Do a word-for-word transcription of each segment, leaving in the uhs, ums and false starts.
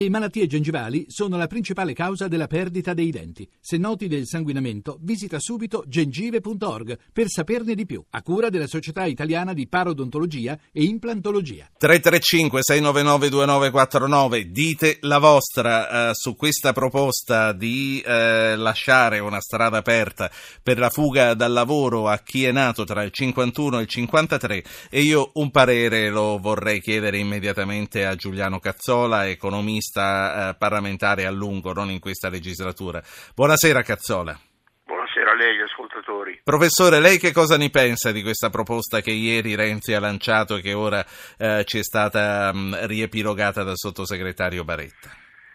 Le malattie gengivali sono la principale causa della perdita dei denti. Se noti del sanguinamento, visita subito gengive punto org per saperne di più, a cura della Società Italiana di Parodontologia e Implantologia. tre tre cinque sei nove nove due nove quattro nove, dite la vostra eh, su questa proposta di eh, lasciare una strada aperta per la fuga dal lavoro a chi è nato tra il cinquantuno e il cinquantatré, e io un parere lo vorrei chiedere immediatamente a Giuliano Cazzola, economista Eh, parlamentare a lungo, non in questa legislatura. Buonasera Cazzola. Buonasera a lei, gli ascoltatori. Professore, lei che cosa ne pensa di questa proposta che ieri Renzi ha lanciato e che ora eh, ci è stata mh, riepilogata dal sottosegretario Baretta?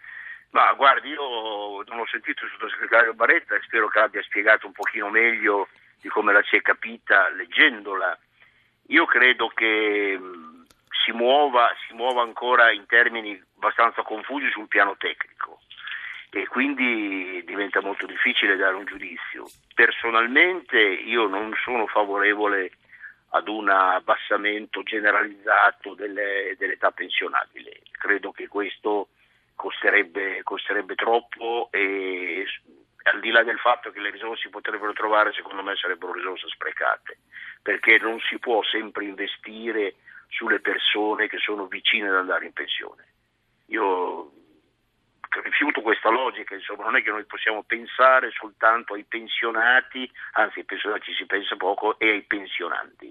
Ma guardi, io non ho sentito il sottosegretario Baretta e spero che abbia spiegato un pochino meglio di come la si è capita leggendola. Io credo che mh, si muova, si muova ancora in termini abbastanza confusi sul piano tecnico e quindi diventa molto difficile dare un giudizio. Personalmente io non sono favorevole ad un abbassamento generalizzato delle, dell'età pensionabile. Credo che questo costerebbe, costerebbe troppo e al di là del fatto che le risorse si potrebbero trovare, secondo me sarebbero risorse sprecate, perché non si può sempre investire sulle persone che sono vicine ad andare in pensione. Io rifiuto questa logica, insomma, non è che noi possiamo pensare soltanto ai pensionati, anzi ai pensionati si pensa poco, e ai pensionanti.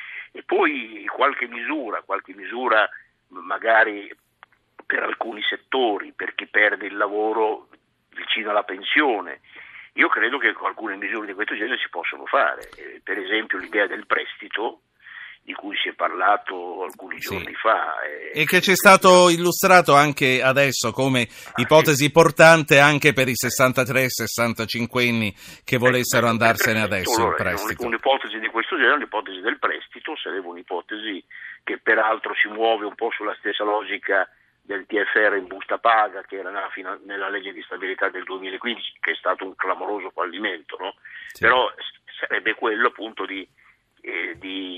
E poi qualche misura, qualche misura magari per alcuni settori, per chi perde il lavoro vicino alla pensione. Io credo che alcune misure di questo genere si possono fare, eh, per esempio l'idea del prestito, di cui si è parlato alcuni giorni sì. fa. E, e che ci è stato illustrato anche adesso come ah, ipotesi sì. portante anche per i sessantatré sessantacinquenni che volessero beh, andarsene beh, adesso allora, in prestito. Un'ipotesi di questo genere, l'ipotesi del prestito, sarebbe un'ipotesi che peraltro si muove un po' sulla stessa logica del T F R in busta paga che era nella, nella legge di stabilità del duemilaquindici, che è stato un clamoroso fallimento, no? Sì. Però sarebbe quello appunto di Eh,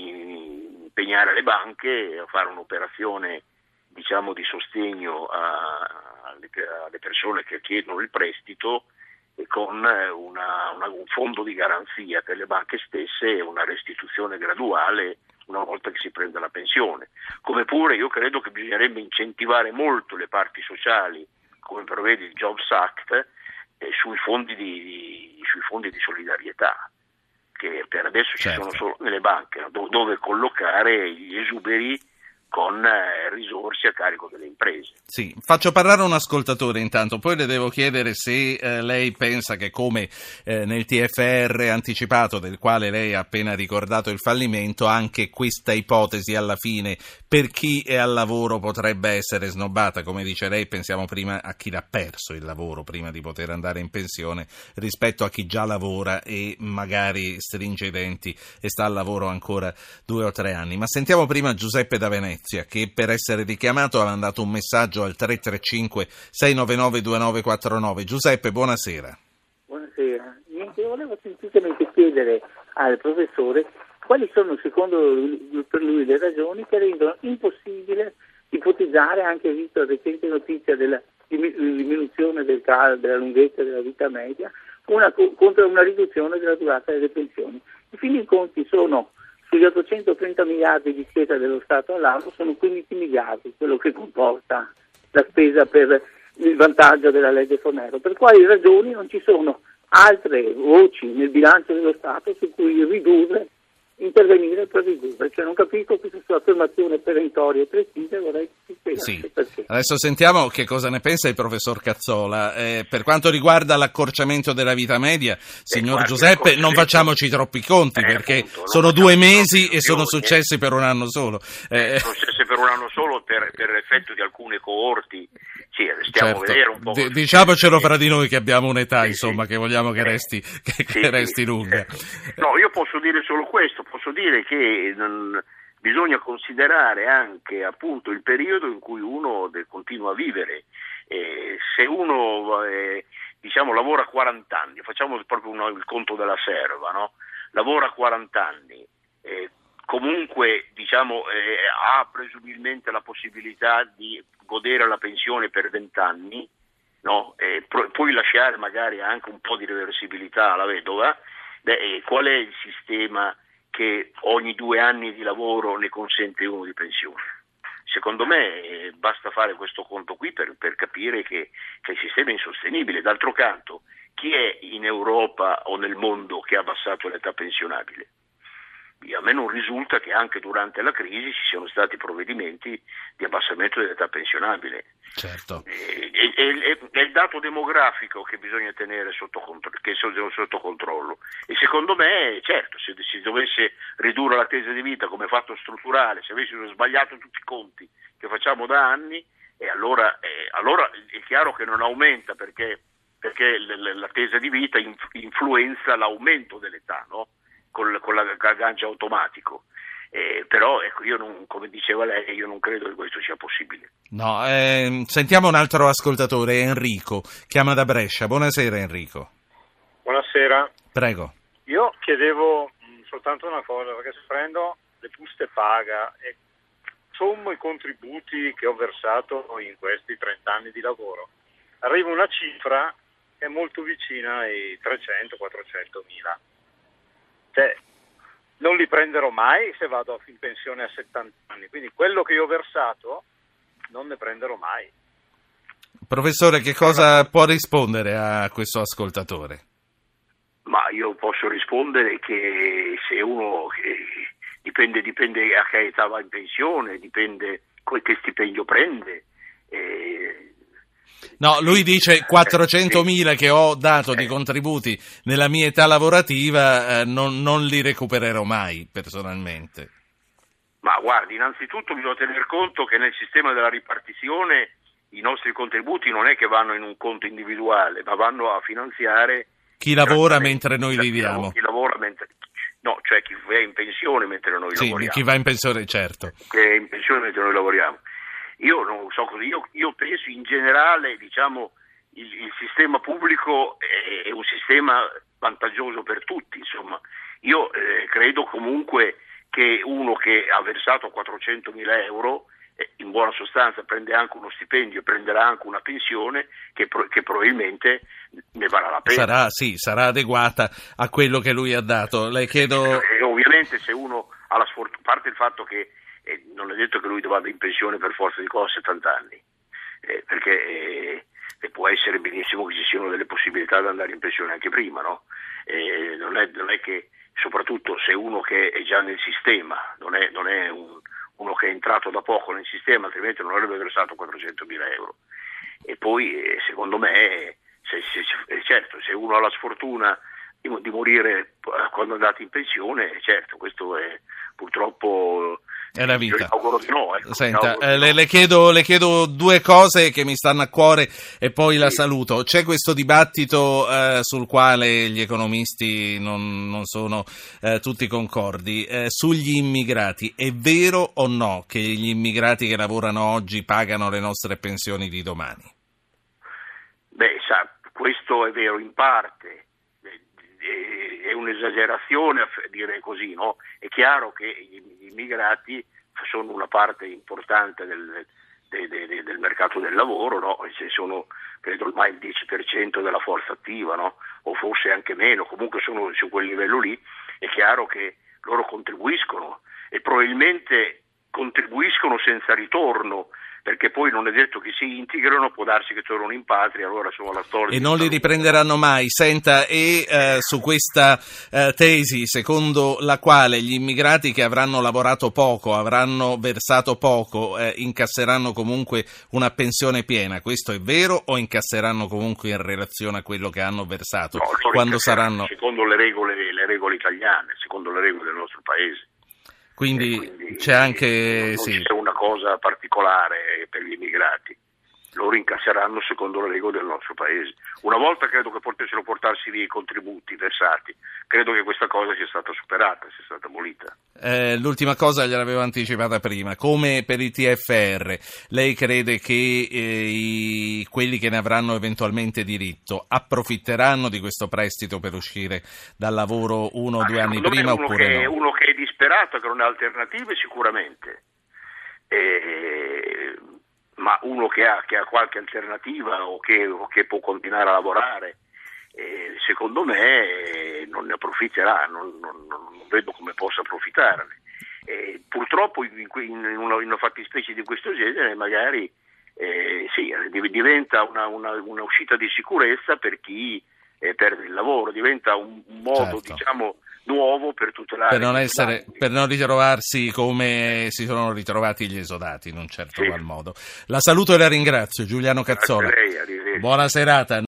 di impegnare le banche a fare un'operazione, diciamo, di sostegno a, alle, alle persone che chiedono il prestito e con una, una, un fondo di garanzia per le banche stesse e una restituzione graduale una volta che si prende la pensione. Come pure io credo che bisognerebbe incentivare molto le parti sociali, come prevede il Jobs Act, eh, sui fondi di, di, sui fondi di solidarietà, che per adesso ci certo. sono solo nelle banche, dove collocare gli esuberi con risorse a carico delle imprese. Sì, faccio parlare un ascoltatore intanto, poi le devo chiedere se eh, lei pensa che come eh, nel T F R anticipato, del quale lei ha appena ricordato il fallimento, anche questa ipotesi alla fine per chi è al lavoro potrebbe essere snobbata. Come dice lei, pensiamo prima a chi l'ha perso il lavoro prima di poter andare in pensione rispetto a chi già lavora e magari stringe i denti e sta al lavoro ancora due o tre anni. Ma sentiamo prima Giuseppe da Venezia, che per essere richiamato ha mandato un messaggio al tre tre cinque sei nove nove due nove quattro nove. Giuseppe, buonasera. Buonasera. Niente, volevo semplicemente chiedere al professore quali sono secondo lui, per lui le ragioni che rendono impossibile ipotizzare, anche visto la recente notizia della diminuzione del cal, della lunghezza della vita media, una, contro una riduzione della durata delle pensioni. In fin dei conti sono sugli ottocentotrenta miliardi di spesa dello Stato all'anno, sono quindici miliardi quello che comporta la spesa per il vantaggio della legge Fornero. Per quali ragioni non ci sono altre voci nel bilancio dello Stato su cui ridurre, intervenire per ridurre? Cioè non capisco questa sua affermazione perentoria e precisa, vorrei che spiegasse sì. perché. Adesso sentiamo che cosa ne pensa il professor Cazzola. Eh, per quanto riguarda l'accorciamento della vita media, signor eh, Giuseppe, non facciamoci troppi conti, eh, perché appunto, sono due mesi e sono successi per un anno solo. Eh, sono successi per un anno solo per, per effetto di alcune coorti. Sì, stiamo certo. a vedere un po'. D- diciamocelo fra di noi che abbiamo un'età, sì, insomma, sì. che vogliamo che resti, che, sì, che resti sì. lunga. No, io posso dire solo questo, posso dire che non, bisogna considerare anche appunto il periodo in cui uno de, continua a vivere. Eh, se uno eh, diciamo lavora quaranta anni, facciamo proprio uno, il conto della serva, no? Lavora quaranta anni, eh, comunque diciamo eh, ha presumibilmente la possibilità di godere la pensione per vent'anni, no? E pro- poi lasciare magari anche un po' di reversibilità alla vedova, beh, qual è il sistema che ogni due anni di lavoro ne consente uno di pensione? Secondo me eh, basta fare questo conto qui per, per capire che, che il sistema è insostenibile. D'altro canto, chi è in Europa o nel mondo che ha abbassato l'età pensionabile? A me non risulta che anche durante la crisi ci siano stati provvedimenti di abbassamento dell'età pensionabile. Certo. È, è, è, è il dato demografico che bisogna tenere sotto, contro- che sono sotto controllo. E secondo me, certo, se si dovesse ridurre l'attesa di vita come fatto strutturale, se avessimo sbagliato tutti i conti che facciamo da anni, e allora, eh, allora è chiaro che non aumenta perché, perché l'attesa di vita influenza l'aumento dell'età, no? Col, con l'aggancio automatico, eh, però ecco, io non, come diceva lei, io non credo che questo sia possibile. No, eh, sentiamo un altro ascoltatore, Enrico, chiama da Brescia. Buonasera Enrico. Buonasera. Prego. Io chiedevo mh, soltanto una cosa, perché se prendo le buste paga e sommo i contributi che ho versato in questi trenta anni di lavoro, arriva una cifra che è molto vicina ai trecento quattrocento mila. Cioè, non li prenderò mai se vado in pensione a settanta anni, quindi quello che io ho versato non ne prenderò mai. Professore, che cosa può rispondere a questo ascoltatore? Ma io posso rispondere che se uno eh, dipende, dipende a che età va in pensione, dipende che stipendio prende. Eh, No, lui dice quattrocentomila che ho dato di contributi nella mia età lavorativa, eh, non, non li recupererò mai personalmente. Ma guardi, innanzitutto bisogna tener conto che nel sistema della ripartizione i nostri contributi non è che vanno in un conto individuale, ma vanno a finanziare chi lavora mentre noi chi viviamo. Chi lavora mentre no, cioè chi va in pensione mentre noi sì, lavoriamo. Chi va in pensione, certo. Che è in pensione mentre noi lavoriamo. Io non so così, io, io penso in generale, diciamo, il, il sistema pubblico è, è un sistema vantaggioso per tutti, insomma. Io eh, credo comunque che uno che ha versato quattrocentomila euro, eh, in buona sostanza prende anche uno stipendio, prenderà anche una pensione che, pro, che probabilmente ne varrà la pena. Sarà, sì, sarà adeguata a quello che lui ha dato. Le chiedo... E ovviamente se uno ha la sfortuna, a parte il fatto che eh, non è detto che lui vada in pensione per forza di cose a settanta anni, eh, perché eh, può essere benissimo che ci siano delle possibilità di andare in pensione anche prima, no? Eh, non, è, non è che, soprattutto se uno che è già nel sistema, non è, non è un, uno che è entrato da poco nel sistema, altrimenti non avrebbe versato quattrocentomila euro. E poi eh, secondo me, se, se, se, certo, se uno ha la sfortuna di, di morire quando è andato in pensione, certo, questo è purtroppo... È la vita. Auguro di no, ecco. Senta, eh, le, le, chiedo, le chiedo due cose che mi stanno a cuore e poi la saluto. C'è questo dibattito eh, sul quale gli economisti non, non sono eh, tutti concordi, eh, sugli immigrati. È vero o no che gli immigrati che lavorano oggi pagano le nostre pensioni di domani? Beh, sa, questo è vero in parte. È un'esagerazione a dire così, no? È chiaro che gli immigrati sono una parte importante del, de, de, de, del mercato del lavoro, no? Sono credo ormai il dieci per cento della forza attiva, no? O forse anche meno, comunque sono su quel livello lì. È chiaro che loro contribuiscono e probabilmente contribuiscono senza ritorno, perché poi non è detto che si integrano, può darsi che tornano in patria, allora sono la storia. E non li riprenderanno mai. Senta, e eh, su questa eh, tesi, secondo la quale gli immigrati che avranno lavorato poco, avranno versato poco, eh, incasseranno comunque una pensione piena, questo è vero o incasseranno comunque in relazione a quello che hanno versato? No, quando saranno... Secondo le regole, le regole italiane, secondo le regole del nostro paese. Quindi, quindi c'è anche non, non sì. c'è una cosa particolare per gli immigrati, loro incasseranno secondo le regole del nostro paese. Una volta credo che potessero portarsi via i contributi versati, credo che questa cosa sia stata superata, sia stata abolita. Eh, l'ultima cosa gliel'avevo anticipata prima, come per i T F R, lei crede che eh, i, quelli che ne avranno eventualmente diritto approfitteranno di questo prestito per uscire dal lavoro uno o due anni prima oppure che, no? Uno che è disperato, che non ha alternative sicuramente, eh, ma uno che ha, che ha qualche alternativa o che, o che può continuare a lavorare, eh, secondo me eh, non ne approfitterà, non, non, non vedo come possa approfittarne. Eh, purtroppo in, in, una, in una fattispecie di questo genere magari eh, sì, diventa una, una, una uscita di sicurezza per chi eh, perde il lavoro, diventa un, un modo certo. diciamo nuovo per tutelare per non essere, per non ritrovarsi come si sono ritrovati gli esodati in un certo sì. qual modo. La saluto e la ringrazio, Giuliano Cazzola. Grazie a lei, arrivederci. Buona serata.